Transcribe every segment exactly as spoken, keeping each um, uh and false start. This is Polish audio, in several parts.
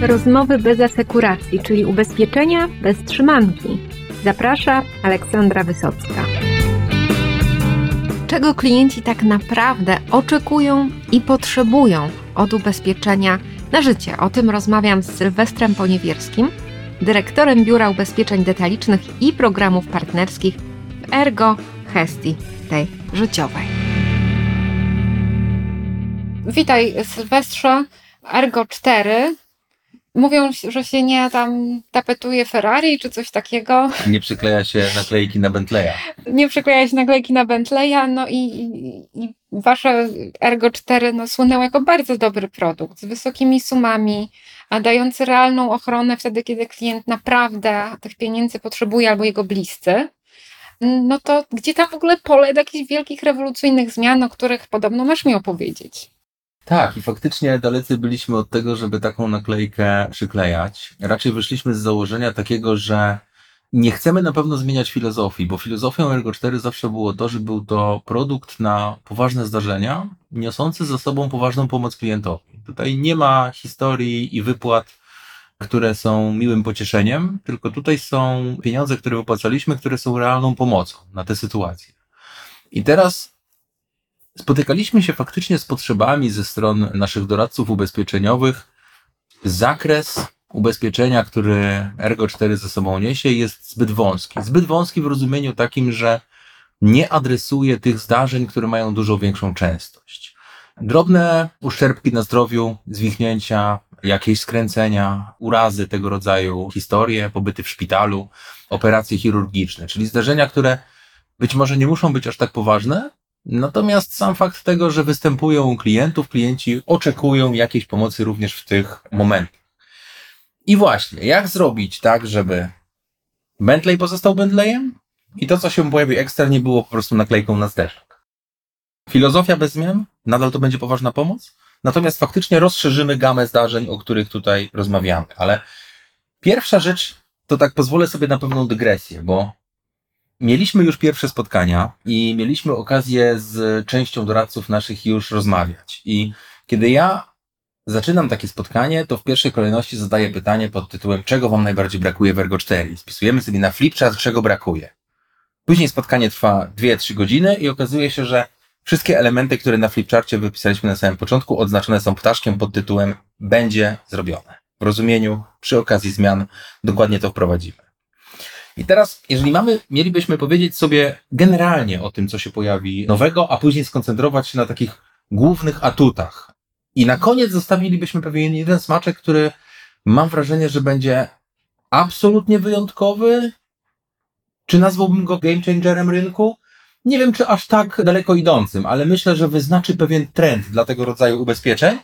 Rozmowy bez asekuracji, czyli ubezpieczenia bez trzymanki. Zaprasza Aleksandra Wysocka. Czego klienci tak naprawdę oczekują i potrzebują od ubezpieczenia na życie? O tym rozmawiam z Sylwestrem Poniewierskim, dyrektorem Biura Ubezpieczeń Detalicznych i Programów Partnerskich w Ergo Gestii tej życiowej. Witaj, Sylwestrze. Ergo cztery. Mówią, że się nie tam tapetuje Ferrari czy coś takiego. Nie przykleja się naklejki na Bentleya. Nie przykleja się naklejki na Bentleya, no i, i, i wasze Ergo cztery no, słynęło jako bardzo dobry produkt, z wysokimi sumami, a dający realną ochronę wtedy, kiedy klient naprawdę tych pieniędzy potrzebuje albo jego bliscy. No to gdzie tam w ogóle pole do jakichś wielkich, rewolucyjnych zmian, o których podobno masz mi opowiedzieć? Tak, i faktycznie dalecy byliśmy od tego, żeby taką naklejkę przyklejać. Raczej wyszliśmy z założenia takiego, że nie chcemy na pewno zmieniać filozofii, bo filozofią Ergo cztery zawsze było to, że był to produkt na poważne zdarzenia, niosący za sobą poważną pomoc klientowi. Tutaj nie ma historii i wypłat, które są miłym pocieszeniem, tylko tutaj są pieniądze, które wypłacaliśmy, które są realną pomocą na tę sytuację. I teraz spotykaliśmy się faktycznie z potrzebami ze stron naszych doradców ubezpieczeniowych. Zakres ubezpieczenia, który Ergo cztery ze sobą niesie, jest zbyt wąski. Zbyt wąski w rozumieniu takim, że nie adresuje tych zdarzeń, które mają dużo większą częstość. Drobne uszczerbki na zdrowiu, zwichnięcia, jakieś skręcenia, urazy tego rodzaju, historie, pobyty w szpitalu, operacje chirurgiczne, czyli zdarzenia, które być może nie muszą być aż tak poważne, natomiast sam fakt tego, że występują u klientów, klienci oczekują jakiejś pomocy również w tych momentach. I właśnie, jak zrobić tak, żeby Bentley pozostał Bentleyem i to, co się pojawi ekstra, nie było po prostu naklejką na zderzak. Filozofia bez zmian, nadal to będzie poważna pomoc, natomiast faktycznie rozszerzymy gamę zdarzeń, o których tutaj rozmawiamy. Ale pierwsza rzecz, to tak pozwolę sobie na pewną dygresję, bo mieliśmy już pierwsze spotkania i mieliśmy okazję z częścią doradców naszych już rozmawiać. I kiedy ja zaczynam takie spotkanie, to w pierwszej kolejności zadaję pytanie pod tytułem, czego wam najbardziej brakuje w Ergo cztery? I spisujemy sobie na flipchart, czego brakuje. Później spotkanie trwa dwie trzy godziny i okazuje się, że wszystkie elementy, które na flipcharcie wypisaliśmy na samym początku, odznaczone są ptaszkiem pod tytułem będzie zrobione. W rozumieniu, przy okazji zmian dokładnie to wprowadzimy. I teraz, jeżeli mamy, mielibyśmy powiedzieć sobie generalnie o tym, co się pojawi nowego, a później skoncentrować się na takich głównych atutach. I na koniec zostawilibyśmy pewien jeden smaczek, który mam wrażenie, że będzie absolutnie wyjątkowy. Czy nazwałbym go game changerem rynku? Nie wiem, czy aż tak daleko idącym, ale myślę, że wyznaczy pewien trend dla tego rodzaju ubezpieczeń.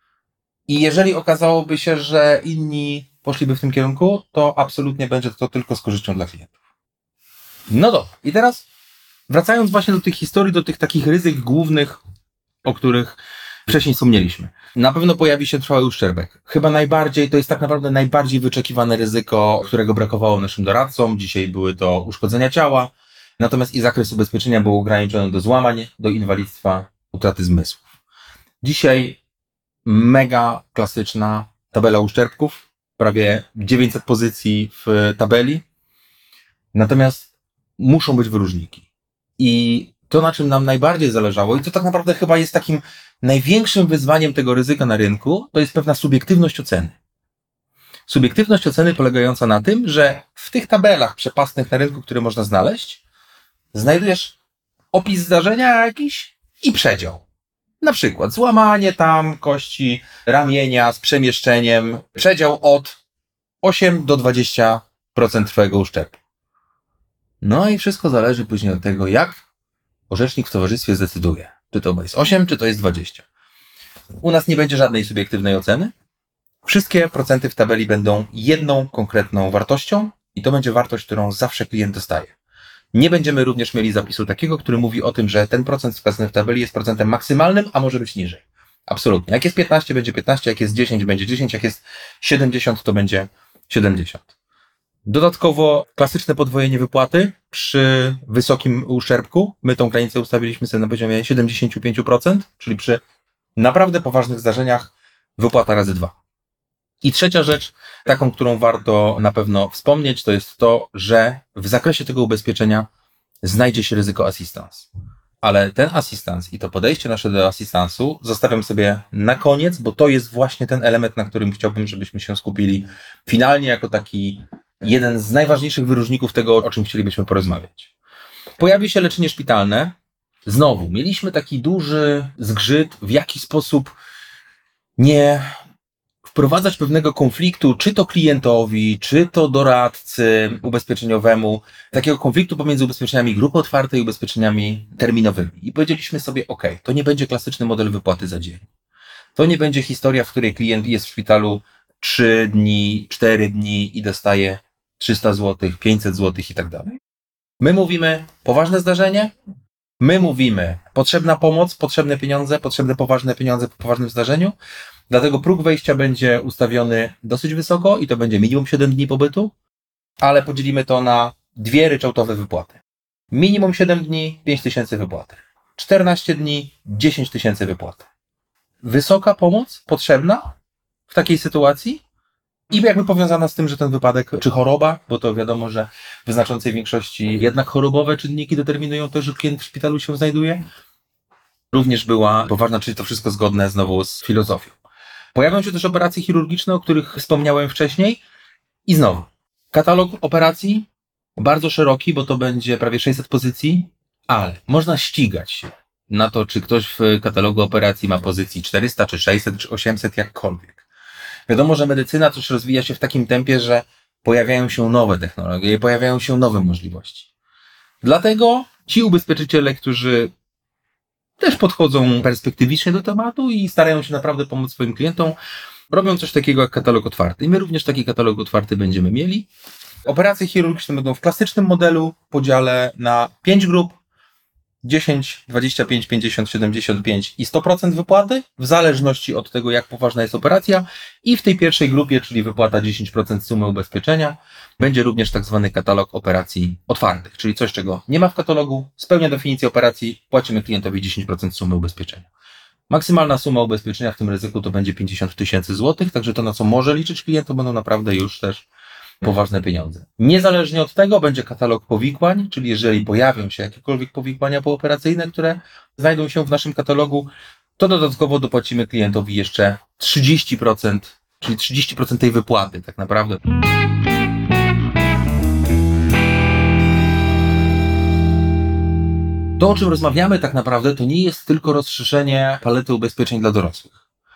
I jeżeli okazałoby się, że inni poszliby w tym kierunku, to absolutnie będzie to tylko z korzyścią dla klientów. No dobra. I teraz wracając właśnie do tych historii, do tych takich ryzyk głównych, o których wcześniej wspomnieliśmy. Na pewno pojawi się trwały uszczerbek. Chyba najbardziej, to jest tak naprawdę najbardziej wyczekiwane ryzyko, którego brakowało naszym doradcom. Dzisiaj były to uszkodzenia ciała. Natomiast i zakres ubezpieczenia był ograniczony do złamań, do inwalidztwa, utraty zmysłów. Dzisiaj mega klasyczna tabela uszczerbków. Prawie dziewięćset pozycji w tabeli. Natomiast muszą być wyróżniki. I to, na czym nam najbardziej zależało, i to tak naprawdę chyba jest takim największym wyzwaniem tego ryzyka na rynku, to jest pewna subiektywność oceny. Subiektywność oceny polegająca na tym, że w tych tabelach przepastnych na rynku, które można znaleźć, znajdujesz opis zdarzenia jakiś i przedział. Na przykład złamanie tam kości ramienia z przemieszczeniem, przedział od osiem do dwudziestu procent twojego uszczerbku. No i wszystko zależy później od tego, jak orzecznik w towarzystwie zdecyduje. Czy to jest osiem, czy to jest dwadzieścia. U nas nie będzie żadnej subiektywnej oceny. Wszystkie procenty w tabeli będą jedną konkretną wartością i to będzie wartość, którą zawsze klient dostaje. Nie będziemy również mieli zapisu takiego, który mówi o tym, że ten procent wskazany w tabeli jest procentem maksymalnym, a może być niżej. Absolutnie. Jak jest piętnaście, będzie piętnaście, jak jest dziesięć, będzie dziesięć, jak jest siedemdziesiąt, to będzie siedemdziesiąt. Dodatkowo klasyczne podwojenie wypłaty przy wysokim uszczerbku. My tą granicę ustawiliśmy sobie na poziomie siedemdziesiąt pięć procent, czyli przy naprawdę poważnych zdarzeniach wypłata razy dwa. I trzecia rzecz, taką, którą warto na pewno wspomnieć, to jest to, że w zakresie tego ubezpieczenia znajdzie się ryzyko assistance. Ale ten assistance i to podejście nasze do assistance'u zostawiam sobie na koniec, bo to jest właśnie ten element, na którym chciałbym, żebyśmy się skupili finalnie jako taki jeden z najważniejszych wyróżników tego, o czym chcielibyśmy porozmawiać. Pojawi się leczenie szpitalne. Znowu, mieliśmy taki duży zgrzyt, w jaki sposób nie wprowadzać pewnego konfliktu, czy to klientowi, czy to doradcy ubezpieczeniowemu, takiego konfliktu pomiędzy ubezpieczeniami grupy otwartej i ubezpieczeniami terminowymi. I powiedzieliśmy sobie, ok, to nie będzie klasyczny model wypłaty za dzień. To nie będzie historia, w której klient jest w szpitalu trzy dni, cztery dni i dostaje trzysta złotych, pięćset złotych i tak dalej. My mówimy poważne zdarzenie, my mówimy potrzebna pomoc, potrzebne pieniądze, potrzebne poważne pieniądze po poważnym zdarzeniu. Dlatego próg wejścia będzie ustawiony dosyć wysoko i to będzie minimum siedem dni pobytu, ale podzielimy to na dwie ryczałtowe wypłaty. Minimum siedem dni, pięć tysięcy wypłaty. czternaście dni, dziesięć tysięcy wypłaty. Wysoka pomoc potrzebna w takiej sytuacji i jakby powiązana z tym, że ten wypadek, czy choroba, bo to wiadomo, że w znaczącej większości jednak chorobowe czynniki determinują to, że klient w szpitalu się znajduje, również była poważna, czyli to wszystko zgodne znowu z filozofią. Pojawią się też operacje chirurgiczne, o których wspomniałem wcześniej i znowu katalog operacji bardzo szeroki, bo to będzie prawie sześćset pozycji, ale można ścigać się na to, czy ktoś w katalogu operacji ma pozycji czterysta, czy sześćset, czy osiemset, jakkolwiek. Wiadomo, że medycyna też rozwija się w takim tempie, że pojawiają się nowe technologie, pojawiają się nowe możliwości. Dlatego ci ubezpieczyciele, którzy też podchodzą perspektywicznie do tematu i starają się naprawdę pomóc swoim klientom, robią coś takiego jak katalog otwarty. I my również taki katalog otwarty będziemy mieli. Operacje chirurgiczne będą w klasycznym modelu, podziale na pięć grup, dziesięć, dwadzieścia pięć, pięćdziesiąt, siedemdziesiąt pięć i sto procent wypłaty, w zależności od tego, jak poważna jest operacja. I w tej pierwszej grupie, czyli wypłata dziesięć procent sumy ubezpieczenia, będzie również tak zwany katalog operacji otwartych, czyli coś, czego nie ma w katalogu, spełnia definicję operacji, płacimy klientowi dziesięć procent sumy ubezpieczenia. Maksymalna suma ubezpieczenia w tym ryzyku to będzie pięćdziesiąt tysięcy złotych, także to, na co może liczyć klient, to będą naprawdę już też poważne pieniądze. Niezależnie od tego będzie katalog powikłań, czyli jeżeli pojawią się jakiekolwiek powikłania pooperacyjne, które znajdą się w naszym katalogu, to dodatkowo dopłacimy klientowi jeszcze trzydzieści procent, czyli trzydzieści procent tej wypłaty tak naprawdę. To, o czym rozmawiamy tak naprawdę, to nie jest tylko rozszerzenie palety ubezpieczeń dla dorosłych.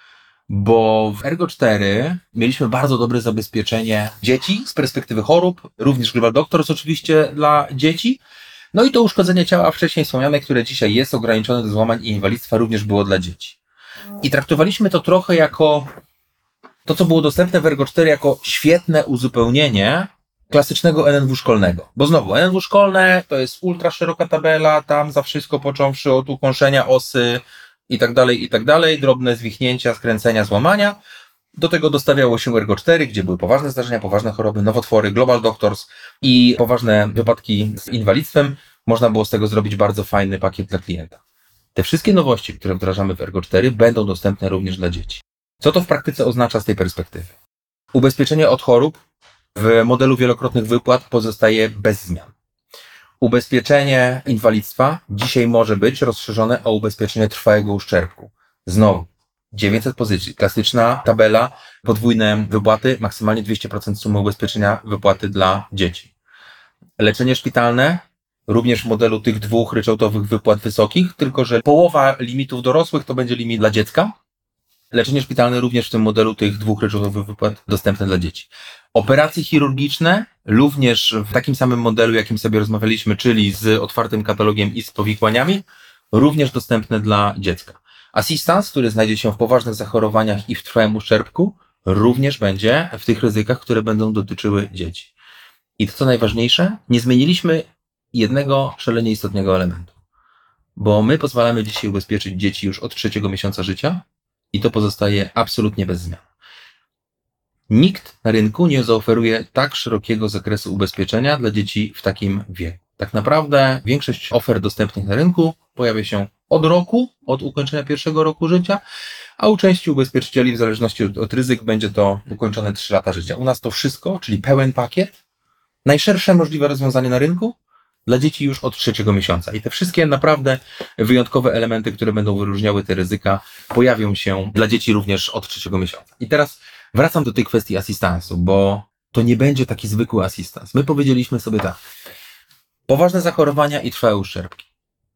Bo w Ergo cztery mieliśmy bardzo dobre zabezpieczenie dzieci z perspektywy chorób, również Global Doctors oczywiście dla dzieci. No i to uszkodzenie ciała wcześniej wspomniane, które dzisiaj jest ograniczone do złamań i inwalidztwa, również było dla dzieci. I traktowaliśmy to trochę jako to, co było dostępne w Ergo cztery, jako świetne uzupełnienie klasycznego N N W szkolnego. Bo znowu, N N W szkolne to jest ultra szeroka tabela, tam za wszystko począwszy od ukąszenia osy, i tak dalej, i tak dalej, drobne zwichnięcia, skręcenia, złamania. Do tego dostawiało się Ergo cztery, gdzie były poważne zdarzenia, poważne choroby, nowotwory, Global Doctors i poważne wypadki z inwalidztwem. Można było z tego zrobić bardzo fajny pakiet dla klienta. Te wszystkie nowości, które wdrażamy w Ergo cztery, będą dostępne również dla dzieci. Co to w praktyce oznacza z tej perspektywy? Ubezpieczenie od chorób w modelu wielokrotnych wypłat pozostaje bez zmian. Ubezpieczenie inwalidztwa dzisiaj może być rozszerzone o ubezpieczenie trwałego uszczerbku. Znowu, dziewięćset pozycji, klasyczna tabela, podwójne wypłaty, maksymalnie dwieście procent sumy ubezpieczenia wypłaty dla dzieci. Leczenie szpitalne, również w modelu tych dwóch ryczałtowych wypłat wysokich, tylko że połowa limitów dorosłych to będzie limit dla dziecka. Leczenie szpitalne również w tym modelu tych dwóch ryczałtowych wypłat dostępne dla dzieci. Operacje chirurgiczne również w takim samym modelu, jakim sobie rozmawialiśmy, czyli z otwartym katalogiem i z powikłaniami, również dostępne dla dziecka. Assistance, który znajdzie się w poważnych zachorowaniach i w trwałym uszczerbku, również będzie w tych ryzykach, które będą dotyczyły dzieci. I to, co najważniejsze, nie zmieniliśmy jednego szalenie istotnego elementu. Bo my pozwalamy dzisiaj ubezpieczyć dzieci już od trzeciego miesiąca życia i to pozostaje absolutnie bez zmian. Nikt na rynku nie zaoferuje tak szerokiego zakresu ubezpieczenia dla dzieci w takim wieku. Tak naprawdę większość ofert dostępnych na rynku pojawia się od roku, od ukończenia pierwszego roku życia, a u części ubezpieczycieli w zależności od, od ryzyk będzie to ukończone trzy lata życia. U nas to wszystko, czyli pełen pakiet, najszersze możliwe rozwiązanie na rynku dla dzieci już od trzeciego miesiąca. I te wszystkie naprawdę wyjątkowe elementy, które będą wyróżniały te ryzyka, pojawią się dla dzieci również od trzeciego miesiąca. I teraz wracam do tej kwestii asystansu, bo to nie będzie taki zwykły asystans. My powiedzieliśmy sobie tak, poważne zachorowania i trwałe uszczerbki.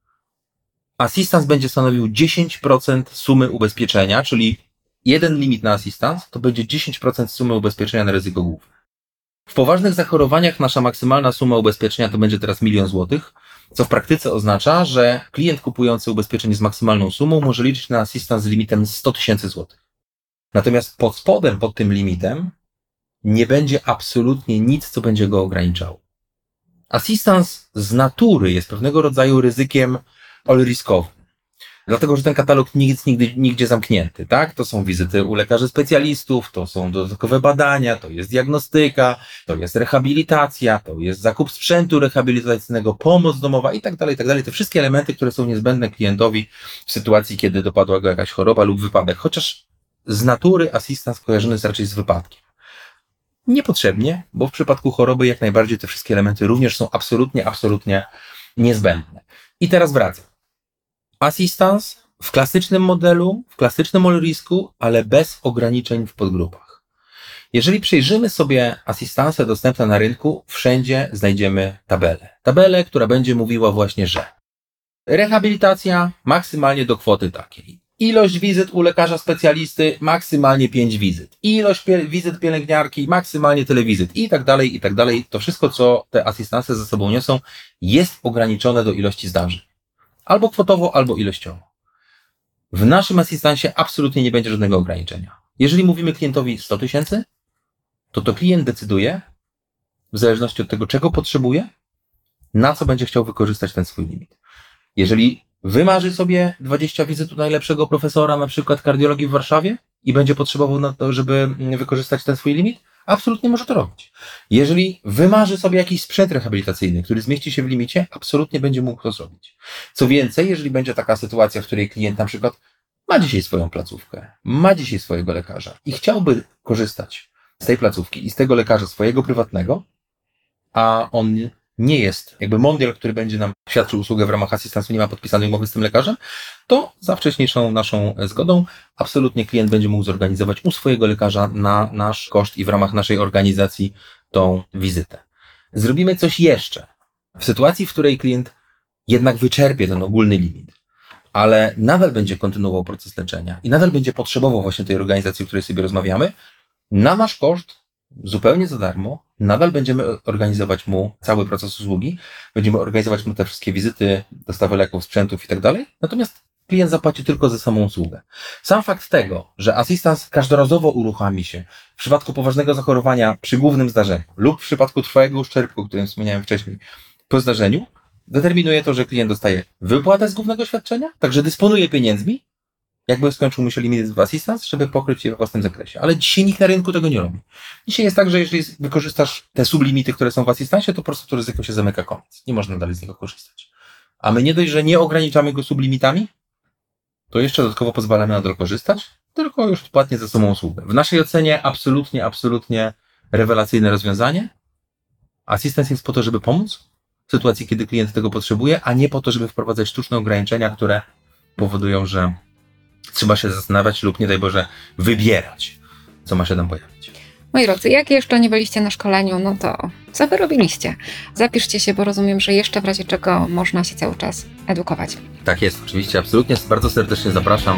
Asystans będzie stanowił dziesięć procent sumy ubezpieczenia, czyli jeden limit na asystans to będzie dziesięć procent sumy ubezpieczenia na ryzyko główne. W poważnych zachorowaniach nasza maksymalna suma ubezpieczenia to będzie teraz milion złotych, co w praktyce oznacza, że klient kupujący ubezpieczenie z maksymalną sumą może liczyć na asystans z limitem sto tysięcy złotych. Natomiast pod spodem, pod tym limitem nie będzie absolutnie nic, co będzie go ograniczało. Asystans z natury jest pewnego rodzaju ryzykiem all-riskowym. Dlatego, że ten katalog nie jest nigdy, nigdzie zamknięty, tak? To są wizyty u lekarzy specjalistów, to są dodatkowe badania, to jest diagnostyka, to jest rehabilitacja, to jest zakup sprzętu rehabilitacyjnego, pomoc domowa i tak dalej, i tak dalej. Te wszystkie elementy, które są niezbędne klientowi w sytuacji, kiedy dopadła go jakaś choroba lub wypadek. Chociaż z natury asystans kojarzony jest raczej z wypadkiem. Niepotrzebnie, bo w przypadku choroby jak najbardziej te wszystkie elementy również są absolutnie, absolutnie niezbędne. I teraz wracam. Asystans w klasycznym modelu, w klasycznym all-risku, ale bez ograniczeń w podgrupach. Jeżeli przejrzymy sobie asystanse dostępne na rynku, wszędzie znajdziemy tabelę. Tabelę, która będzie mówiła właśnie, że rehabilitacja maksymalnie do kwoty takiej. Ilość wizyt u lekarza specjalisty maksymalnie pięć wizyt. Ilość pie- wizyt pielęgniarki maksymalnie tyle wizyt i tak dalej, i tak dalej. To wszystko, co te asystanse ze sobą niosą, jest ograniczone do ilości zdarzeń. Albo kwotowo, albo ilościowo. W naszym asystansie absolutnie nie będzie żadnego ograniczenia. Jeżeli mówimy klientowi sto tysięcy, to to klient decyduje, w zależności od tego, czego potrzebuje, na co będzie chciał wykorzystać ten swój limit. Jeżeli wymarzy sobie dwadzieścia wizyt u najlepszego profesora, na przykład kardiologii w Warszawie i będzie potrzebował na to, żeby wykorzystać ten swój limit, absolutnie może to robić. Jeżeli wymarzy sobie jakiś sprzęt rehabilitacyjny, który zmieści się w limicie, absolutnie będzie mógł to zrobić. Co więcej, jeżeli będzie taka sytuacja, w której klient na przykład ma dzisiaj swoją placówkę, ma dzisiaj swojego lekarza i chciałby korzystać z tej placówki i z tego lekarza swojego prywatnego, a on nie jest jakby mondial, który będzie nam świadczył usługę w ramach asystansu, nie ma podpisanej umowy z tym lekarzem, to za wcześniejszą naszą zgodą absolutnie klient będzie mógł zorganizować u swojego lekarza na nasz koszt i w ramach naszej organizacji tą wizytę. Zrobimy coś jeszcze. W sytuacji, w której klient jednak wyczerpie ten ogólny limit, ale nadal będzie kontynuował proces leczenia i nadal będzie potrzebował właśnie tej organizacji, o której sobie rozmawiamy, na nasz koszt, zupełnie za darmo, nadal będziemy organizować mu cały proces usługi, będziemy organizować mu te wszystkie wizyty, dostawę leków, sprzętów i tak dalej, natomiast klient zapłaci tylko za samą usługę. Sam fakt tego, że asystans każdorazowo uruchomi się w przypadku poważnego zachorowania przy głównym zdarzeniu lub w przypadku trwałego uszczerbku, o którym wspomniałem wcześniej, po zdarzeniu, determinuje to, że klient dostaje wypłatę z głównego świadczenia, także dysponuje pieniędzmi, jakby skończył mu się limit w asystans, żeby pokryć je w własnym zakresie. Ale dzisiaj nikt na rynku tego nie robi. Dzisiaj jest tak, że jeżeli wykorzystasz te sublimity, które są w asystansie, to po prostu to ryzyko się zamyka, koniec. Nie można dalej z niego korzystać. A my nie dość, że nie ograniczamy go sublimitami, to jeszcze dodatkowo pozwalamy nadal korzystać, tylko już płatnie za samą usługę. W naszej ocenie absolutnie, absolutnie rewelacyjne rozwiązanie. Asystans jest po to, żeby pomóc w sytuacji, kiedy klient tego potrzebuje, a nie po to, żeby wprowadzać sztuczne ograniczenia, które powodują, że trzeba się zastanawiać lub, nie daj Boże, wybierać, co ma się tam pojawić. Moi drodzy, jak jeszcze nie byliście na szkoleniu, no to co wy robiliście? Zapiszcie się, bo rozumiem, że jeszcze w razie czego można się cały czas edukować. Tak jest, oczywiście, absolutnie. Bardzo serdecznie zapraszam.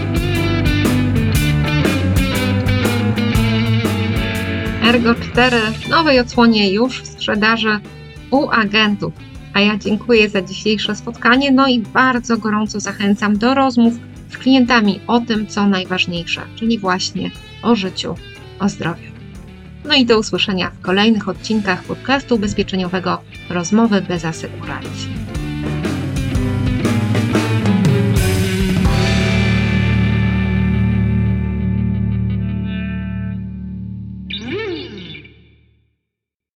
Ergo cztery w nowej odsłonie już w sprzedaży u agentów. A ja dziękuję za dzisiejsze spotkanie, no i bardzo gorąco zachęcam do rozmów z klientami o tym, co najważniejsze, czyli właśnie o życiu, o zdrowiu. No i do usłyszenia w kolejnych odcinkach podcastu ubezpieczeniowego Rozmowy bez asekuracji.